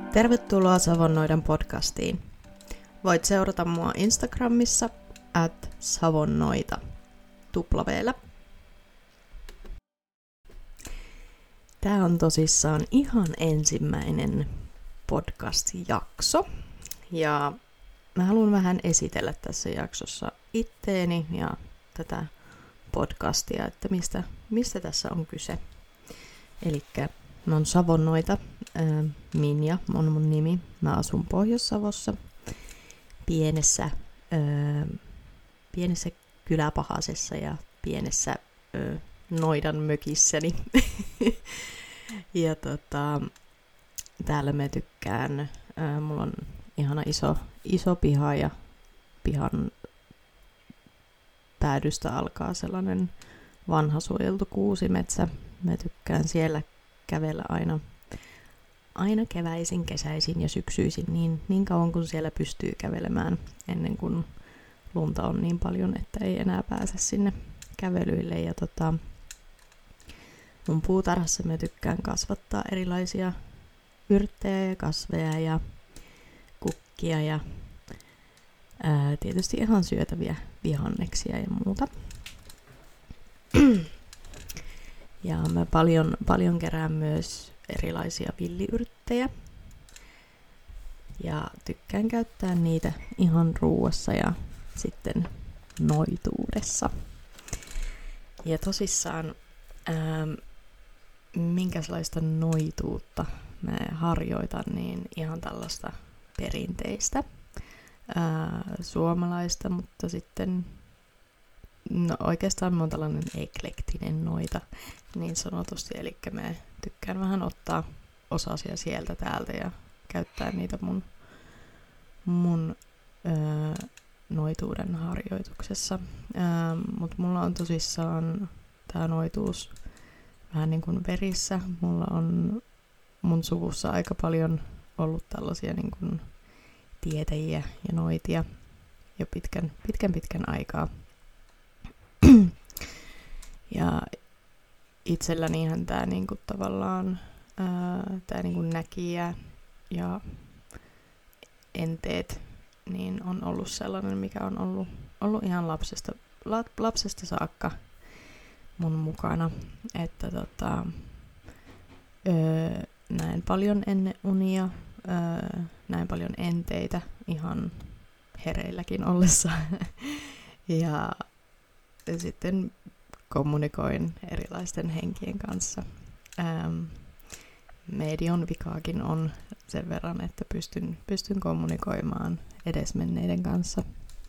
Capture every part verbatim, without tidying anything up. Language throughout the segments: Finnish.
Tervetuloa Savonnoidan podcastiin. Voit seurata mua Instagramissa at savonnoita tuplaveellä. Tää on tosissaan ihan ensimmäinen podcast-jakso. Ja mä haluan vähän esitellä tässä jaksossa itteeni ja tätä podcastia, että mistä, mistä tässä on kyse. Elikkä mä oon Savonnoita, äh, Minja on mun nimi. Mä asun Pohjois-Savossa, pienessä, äh, pienessä kyläpahasessa ja pienessä äh, noidan mökissäni. ja tota, täällä mä tykkään, äh, mulla on ihana iso, iso piha ja pihan päädystä alkaa sellainen vanha suojeltu kuusimetsä. Mä tykkään siellä kävellä aina, aina keväisin, kesäisin ja syksyisin niin, niin kauan kuin siellä pystyy kävelemään ennen kuin lunta on niin paljon, että ei enää pääse sinne kävelyille. Ja tota, mun puutarhassa mä tykkään kasvattaa erilaisia yrttejä ja kasveja ja kukkia ja ää, tietysti ihan syötäviä vihanneksia ja muuta. Ja mä paljon, paljon kerään myös erilaisia villiyrttejä. Ja tykkään käyttää niitä ihan ruuassa ja sitten noituudessa. Ja tosissaan, ää, minkälaista noituutta mä harjoitan, niin ihan tällaista perinteistä, ää, suomalaista, mutta sitten no oikeastaan mä oon tällainen eklektinen noita niin sanotusti, eli mä tykkään vähän ottaa osasia sieltä täältä ja käyttää niitä mun, mun öö, noituuden harjoituksessa. Öö, Mutta mulla on tosissaan tää noituus vähän niin kuin verissä. Mulla on mun suvussa aika paljon ollut tällaisia niin kuin tietäjiä ja noitia jo pitkän pitkän, pitkän aikaa. Ja itsellänihän tää niinku tavallaan ää, tää niinku näkijä ja enteet niin on ollut sellainen, mikä on ollut, ollut ihan lapsesta, la, lapsesta saakka mun mukana. Että tota, öö, näin paljon ennen unia, öö, näin paljon enteitä ihan hereilläkin ollessa. ja Ja sitten kommunikoin erilaisten henkien kanssa. Ähm, median vikaakin on sen verran, että pystyn, pystyn kommunikoimaan edesmenneiden kanssa.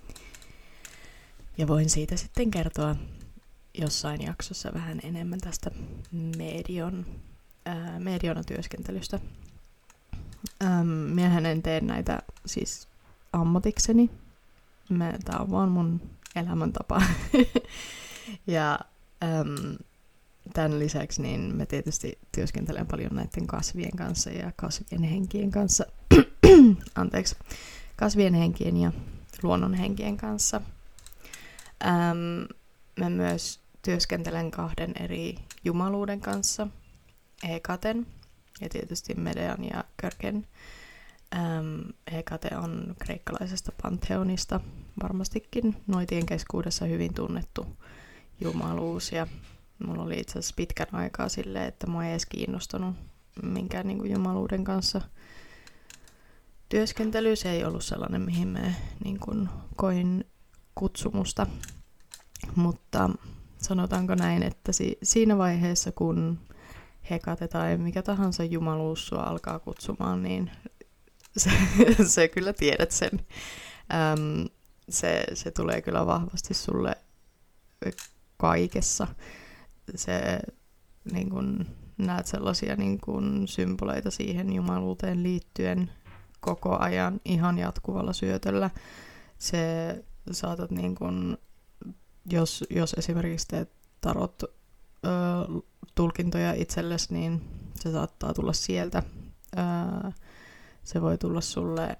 Ja voin siitä sitten kertoa jossain jaksossa vähän enemmän tästä median, ää, mediana työskentelystä. Ähm, miehän en tee näitä siis ammatikseni. Tämä on vaan mun elämäntapa. ja äm, tämän lisäksi niin mä tietysti työskentelen paljon näiden kasvien kanssa ja kasvien henkien kanssa. Anteeksi. Kasvien henkien ja luonnon henkien kanssa. Äm, mä myös työskentelen kahden eri jumaluuden kanssa. Hekaten ja tietysti Medean ja Körken. Ähm, Hekate on kreikkalaisesta pantheonista varmastikin noitien keskuudessa hyvin tunnettu jumaluus. Ja mulla oli itse asiassa pitkän aikaa silleen, että mua ei edes kiinnostanut minkään niin kuin jumaluuden kanssa työskentely. Se ei ollut sellainen, mihin mä niin kuin koin kutsumusta. Mutta sanotaanko näin, että si- siinä vaiheessa, kun Hekate tai mikä tahansa jumaluus sua alkaa kutsumaan, niin Se, se kyllä tiedät sen. Öm, se, se tulee kyllä vahvasti sulle kaikessa. Se, niin kun, näet sellaisia niin kun, symboleita siihen jumaluuteen liittyen koko ajan ihan jatkuvalla syötöllä. Se saatat, niin kun, jos, jos esimerkiksi teet tarot ö, tulkintoja itsellesi, niin se saattaa tulla sieltä. Ö, Se voi tulla sulle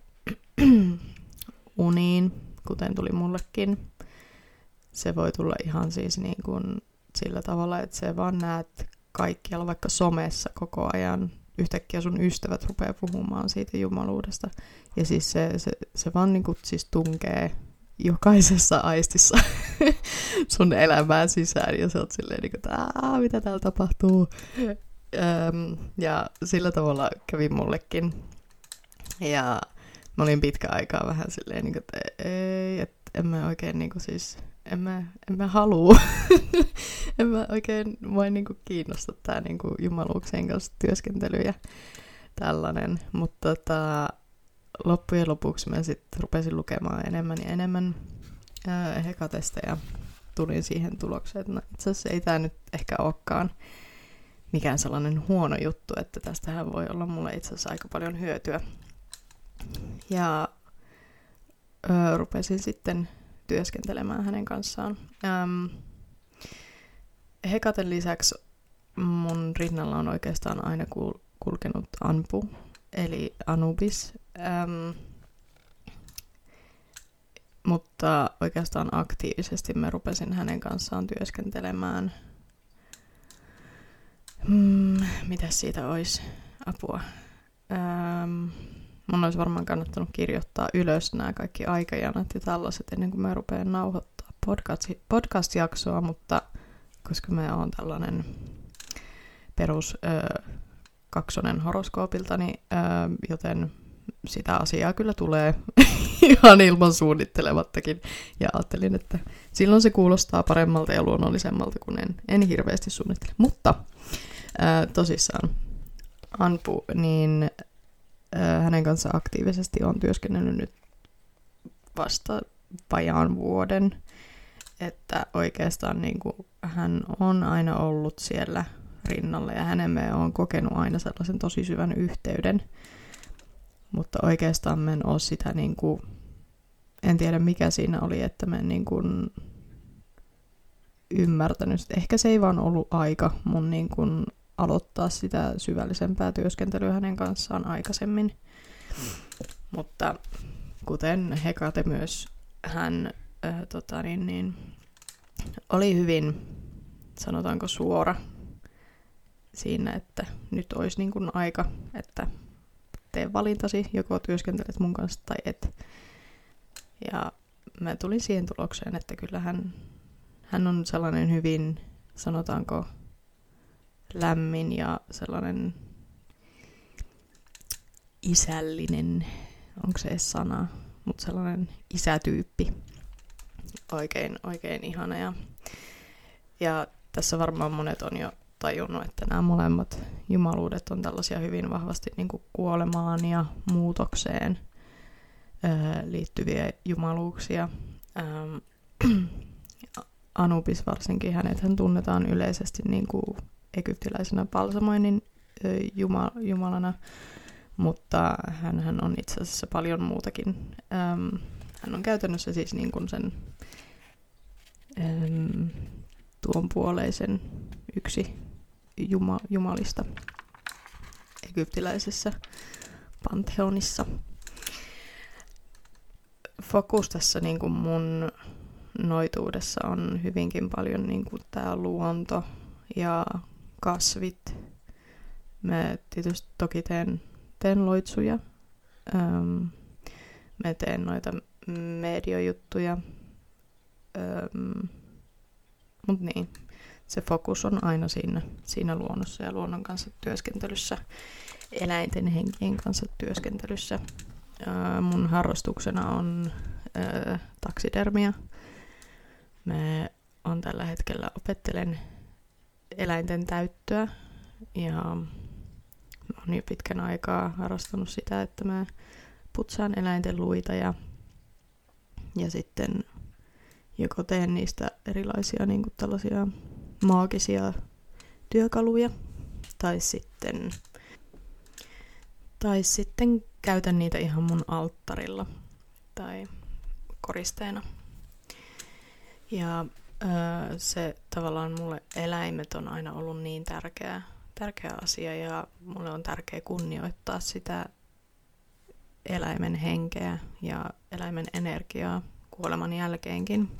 uniin, kuten tuli mullekin. Se voi tulla ihan siis niin kuin sillä tavalla, että sä vaan näet kaikkialla vaikka somessa koko ajan yhtäkkiä sun ystävät rupeaa puhumaan siitä jumaluudesta. Ja siis se, se, se vaan niinku siis tunkee jokaisessa aistissa sun elämään sisään. Ja sä oot silleen niinku, että mitä täällä tapahtuu. Öm, ja sillä tavalla kävi mullekin. Ja mä olin pitkä aikaa vähän silleen, niinku, että ei, että en mä oikein niinku siis... En mä, en mä halua. en mä oikein voi niinku kiinnosta tää niinku jumaluuksien kanssa työskentely ja tällainen. Mutta tota, loppujen lopuksi mä sitten rupesin lukemaan enemmän ja enemmän ää, Hekatesta ja tulin siihen tulokseen, että no, itse asiassa ei tää nyt ehkä olekaan mikään sellainen huono juttu, että tästähän voi olla mulle itse asiassa aika paljon hyötyä. Ja ää, rupesin sitten työskentelemään hänen kanssaan. Ähm, Hekaten lisäksi mun rinnalla on oikeastaan aina kul- kulkenut Anpu, eli Anubis. Ähm, mutta oikeastaan aktiivisesti mä rupesin hänen kanssaan työskentelemään. Hmm, mitäs siitä olisi apua? Ähm, Mun olisi varmaan kannattanut kirjoittaa ylös nämä kaikki aikajanat ja tällaiset ennen kuin mä rupean nauhoittaa podcast, podcast-jaksoa, mutta koska mä oon tällainen perus ö, kaksonen horoskoopiltani, ö, joten sitä asiaa kyllä tulee ihan ilman suunnittelemattakin. Ja ajattelin, että silloin se kuulostaa paremmalta ja luonnollisemmalta, kun en, en hirveästi suunnittele. Mutta ö, tosissaan Anpu, niin hänen kanssa aktiivisesti on työskennellyt nyt vasta vajaan vuoden, että oikeastaan niin kuin hän on aina ollut siellä rinnalla ja hänemme on kokenut aina sellaisen tosi syvän yhteyden, mutta oikeastaan mä en ole sitä niin kuin, en tiedä mikä siinä oli, että mä en niin kuin ymmärtänyt, ehkä se ei vaan ollut aika mun niin kuin aloittaa sitä syvällisempää työskentelyä hänen kanssaan aikaisemmin. Mm. Mutta kuten Hekate myös, hän äh, tota niin, niin, oli hyvin, sanotaanko suora siinä, että nyt olisi niin kuin aika, että tee valintasi, joko työskentelet mun kanssa tai et. Ja mä tulin siihen tulokseen, että kyllä hän, hän on sellainen hyvin, sanotaanko, lämmin ja sellainen isällinen, onko se edes sana, mutta sellainen isätyyppi. Oikein, oikein ihana. Ja, ja tässä varmaan monet on jo tajunnut, että nämä molemmat jumaluudet on tällaisia hyvin vahvasti niin kuin kuolemaan ja muutokseen ää, liittyviä jumaluuksia. Ähm, Anubis varsinkin, hänethän tunnetaan yleisesti niin kuin egyptiläisenä balsamoinnin juma, jumalana, mutta hän on itse asiassa paljon muutakin. Ähm, hän on käytännössä siis niin kuin sen ähm, tuonpuoleisen yksi juma, jumalista egyptiläisessä pantheonissa. Fokus tässä niin kuin mun noituudessa on hyvinkin paljon niin kuin tää luonto ja kasvit. Mä tietysti toki teen, teen loitsuja. Ähm, mä teen noita mediojuttuja. Ähm, mut niin, se fokus on aina siinä, siinä luonnossa ja luonnon kanssa työskentelyssä, eläinten henkien kanssa työskentelyssä. Äh, mun harrastuksena on äh, taksidermia. Mä on tällä hetkellä opettelen eläinten täyttöä ja olen jo pitkän aikaa harrastanut sitä, että mä putsaan eläinten luita ja, ja sitten joko teen niistä erilaisia niin kuin tällaisia maagisia työkaluja tai sitten, tai sitten käytän niitä ihan mun alttarilla tai koristeena. Ja öö, se tavallaan mulle eläimet on aina ollut niin tärkeä, tärkeä asia ja mulle on tärkeä kunnioittaa sitä eläimen henkeä ja eläimen energiaa kuoleman jälkeenkin.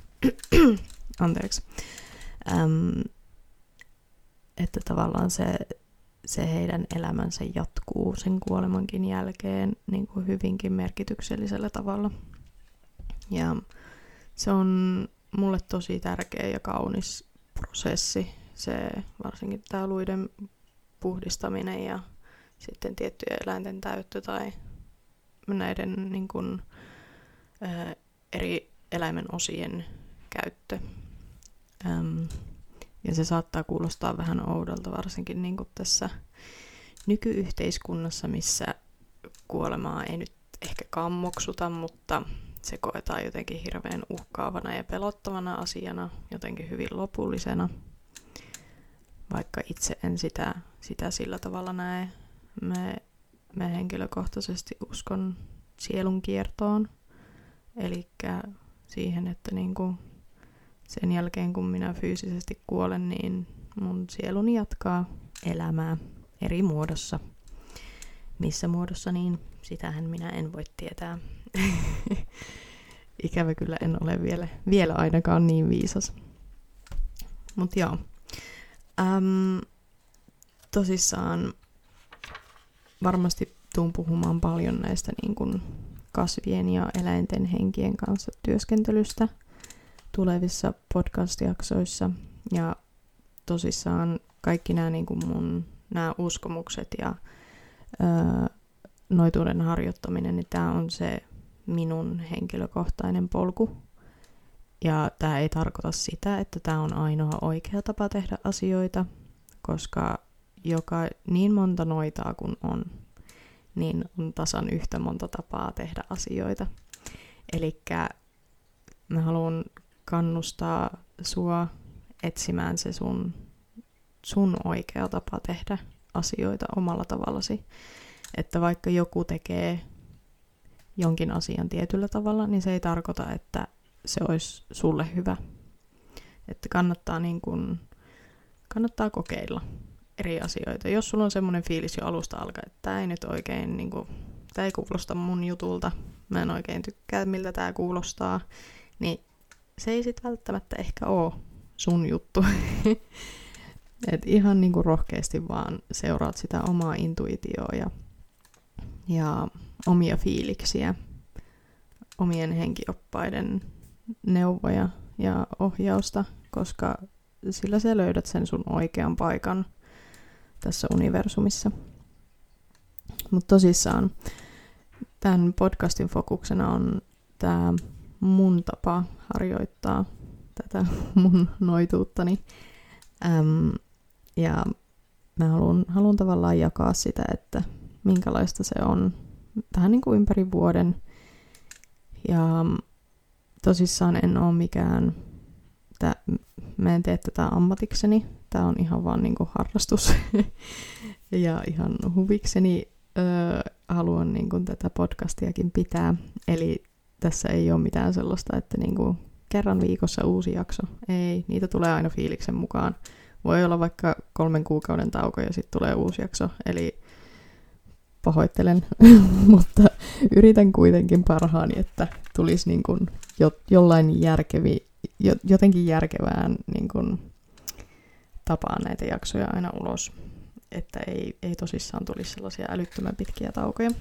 Anteeksi. Öm, että tavallaan se, se heidän elämänsä jatkuu sen kuolemankin jälkeen niin kuin hyvinkin merkityksellisellä tavalla. Ja se on mulle tosi tärkeä ja kaunis prosessi, se varsinkin tämä luiden puhdistaminen ja sitten tiettyjen eläinten täyttö tai näiden niin kuin, ää, eri eläimen osien käyttö. Äm, ja se saattaa kuulostaa vähän oudolta, varsinkin niin kuin tässä nykyyhteiskunnassa, missä kuolemaa ei nyt ehkä kammoksuta, mutta se koetaan jotenkin hirveän uhkaavana ja pelottavana asiana, jotenkin hyvin lopullisena, vaikka itse en sitä, sitä sillä tavalla näe. Me, me henkilökohtaisesti uskon sielunkiertoon, eli siihen, että niinku sen jälkeen kun minä fyysisesti kuolen, niin mun sieluni jatkaa elämää eri muodossa. Missä muodossa, niin sitähän minä en voi tietää. Ikävä kyllä en ole vielä, vielä ainakaan niin viisas. Mut joo. Äm, tosissaan varmasti tuun puhumaan paljon näistä niin kun kasvien ja eläinten henkien kanssa työskentelystä tulevissa podcast-jaksoissa. Ja tosissaan kaikki nämä niin kun mun nämä uskomukset ja öö, noituuden harjoittaminen, niin tämä on se minun henkilökohtainen polku. Ja tämä ei tarkoita sitä, että tämä on ainoa oikea tapa tehdä asioita, koska joka niin monta noitaa kuin on, niin on tasan yhtä monta tapaa tehdä asioita. Elikkä mä haluan kannustaa sua etsimään se sun, sun oikea tapa tehdä asioita omalla tavallasi. Että vaikka joku tekee jonkin asian tietyllä tavalla, niin se ei tarkoita, että se olisi sulle hyvä. Että kannattaa, niin kun, kannattaa kokeilla eri asioita. Jos sulla on semmoinen fiilis jo alusta alkaen, että tämä ei nyt oikein, niin kun, tämä ei kuulosta mun jutulta, mä en oikein tykkää, miltä tämä kuulostaa, niin se ei sitten välttämättä ehkä ole sun juttu. Et ihan niin kun rohkeasti vaan seuraat sitä omaa intuitioa ja, ja omia fiiliksiä, omien henkioppaiden neuvoja ja ohjausta, koska sillä sä löydät sen sun oikean paikan tässä universumissa. Mutta tosissaan tämän podcastin fokuksena on tämä mun tapa harjoittaa tätä mun noituuttani. Äm, ja mä haluan, haluan tavallaan jakaa sitä, että minkälaista se on tähän niin kuin ympäri vuoden. Ja tosissaan en ole mikään, tää, mä en tee tätä ammatikseni, tää on ihan vaan niin kuin harrastus ja ihan huvikseni öö, haluan niin kuin tätä podcastiakin pitää. Eli tässä ei ole mitään sellaista, että niin kuin kerran viikossa uusi jakso. Ei, niitä tulee aina fiiliksen mukaan. Voi olla vaikka kolmen kuukauden tauko ja sitten tulee uusi jakso. Eli pahoittelen, mutta yritän kuitenkin parhaani, että tulisi niin kuin jo, jollain järkevi, jo, jotenkin järkevään niin kuin tapaan näitä jaksoja aina ulos, että ei, ei tosissaan tulisi sellaisia älyttömän pitkiä taukoja.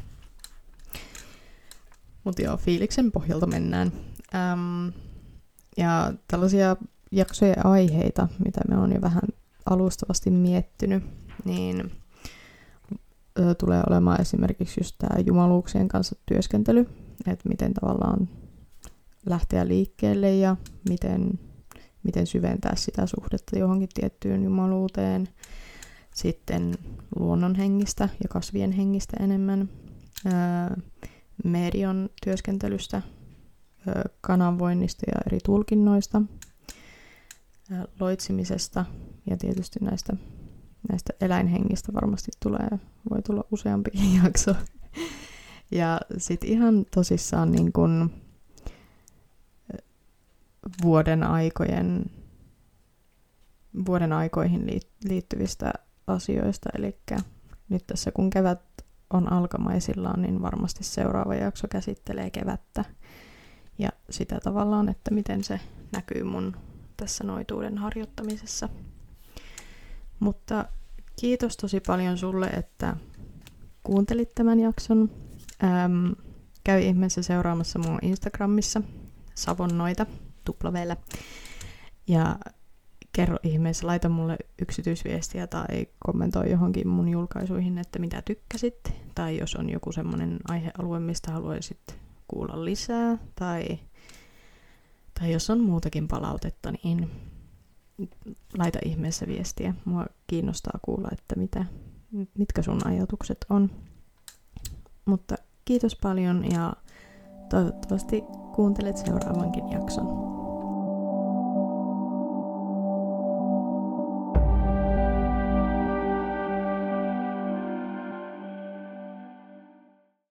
Mutta joo, fiiliksen pohjalta mennään. Äm, ja tällaisia jaksoja ja aiheita, mitä me on jo vähän alustavasti miettinyt, niin ö, tulee olemaan esimerkiksi just tämä jumaluuksien kanssa työskentely, että miten tavallaan lähteä liikkeelle ja miten, miten syventää sitä suhdetta johonkin tiettyyn jumaluuteen. Sitten luonnon hengistä ja kasvien hengistä enemmän. Öö, median työskentelystä, öö, kanavoinnista ja eri tulkinnoista, öö, loitsimisesta ja tietysti näistä, näistä eläinhengistä varmasti tulee, voi tulla useampikin jakso. Ja sitten ihan tosissaan niin kun vuoden aikojen, vuoden aikoihin liittyvistä asioista, eli nyt tässä kun kevät on alkamaisillaan, niin varmasti seuraava jakso käsittelee kevättä ja sitä tavallaan, että miten se näkyy mun tässä noituuden harjoittamisessa. Mutta kiitos tosi paljon sulle, että kuuntelit tämän jakson. Ähm, käy ihmeessä seuraamassa mua Instagramissa, savonnoita, tuplaveellä. Ja kerro ihmeessä, laita mulle yksityisviestiä tai kommentoi johonkin mun julkaisuihin, että mitä tykkäsit. Tai jos on joku semmoinen aihealue, mistä haluaisit kuulla lisää. Tai, tai jos on muutakin palautetta, niin laita ihmeessä viestiä. Mua kiinnostaa kuulla, että mitä, mitkä sun ajatukset on. Mutta kiitos paljon ja toivottavasti kuuntelet seuraavankin jakson.